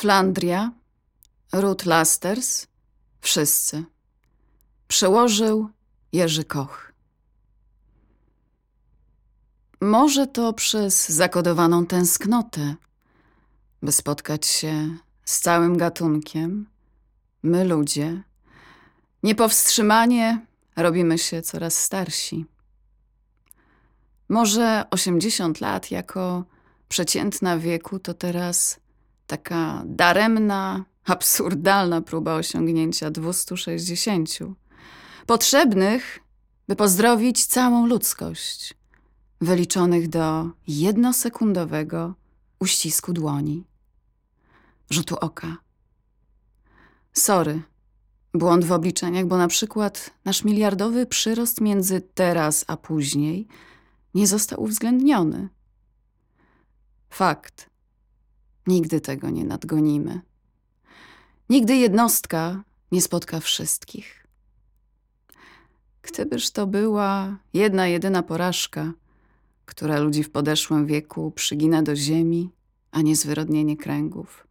Flandria, Ruth Lasters, wszyscy. Przełożył Jerzy Koch. Może to przez zakodowaną tęsknotę, by spotkać się z całym gatunkiem, my ludzie, niepowstrzymanie robimy się coraz starsi. Może 80 lat jako przeciętna wieku to teraz taka daremna, absurdalna próba osiągnięcia 260. Potrzebnych, by pozdrowić całą ludzkość, wyliczonych do jednosekundowego uścisku dłoni, rzutu oka. Sorry, błąd w obliczeniach, bo na przykład nasz miliardowy przyrost między teraz a później nie został uwzględniony. Fakt. Nigdy tego nie nadgonimy. Nigdy jednostka nie spotka wszystkich. Gdybyż to była jedna jedyna porażka, która ludzi w podeszłym wieku przygina do ziemi, a nie zwyrodnienie kręgów.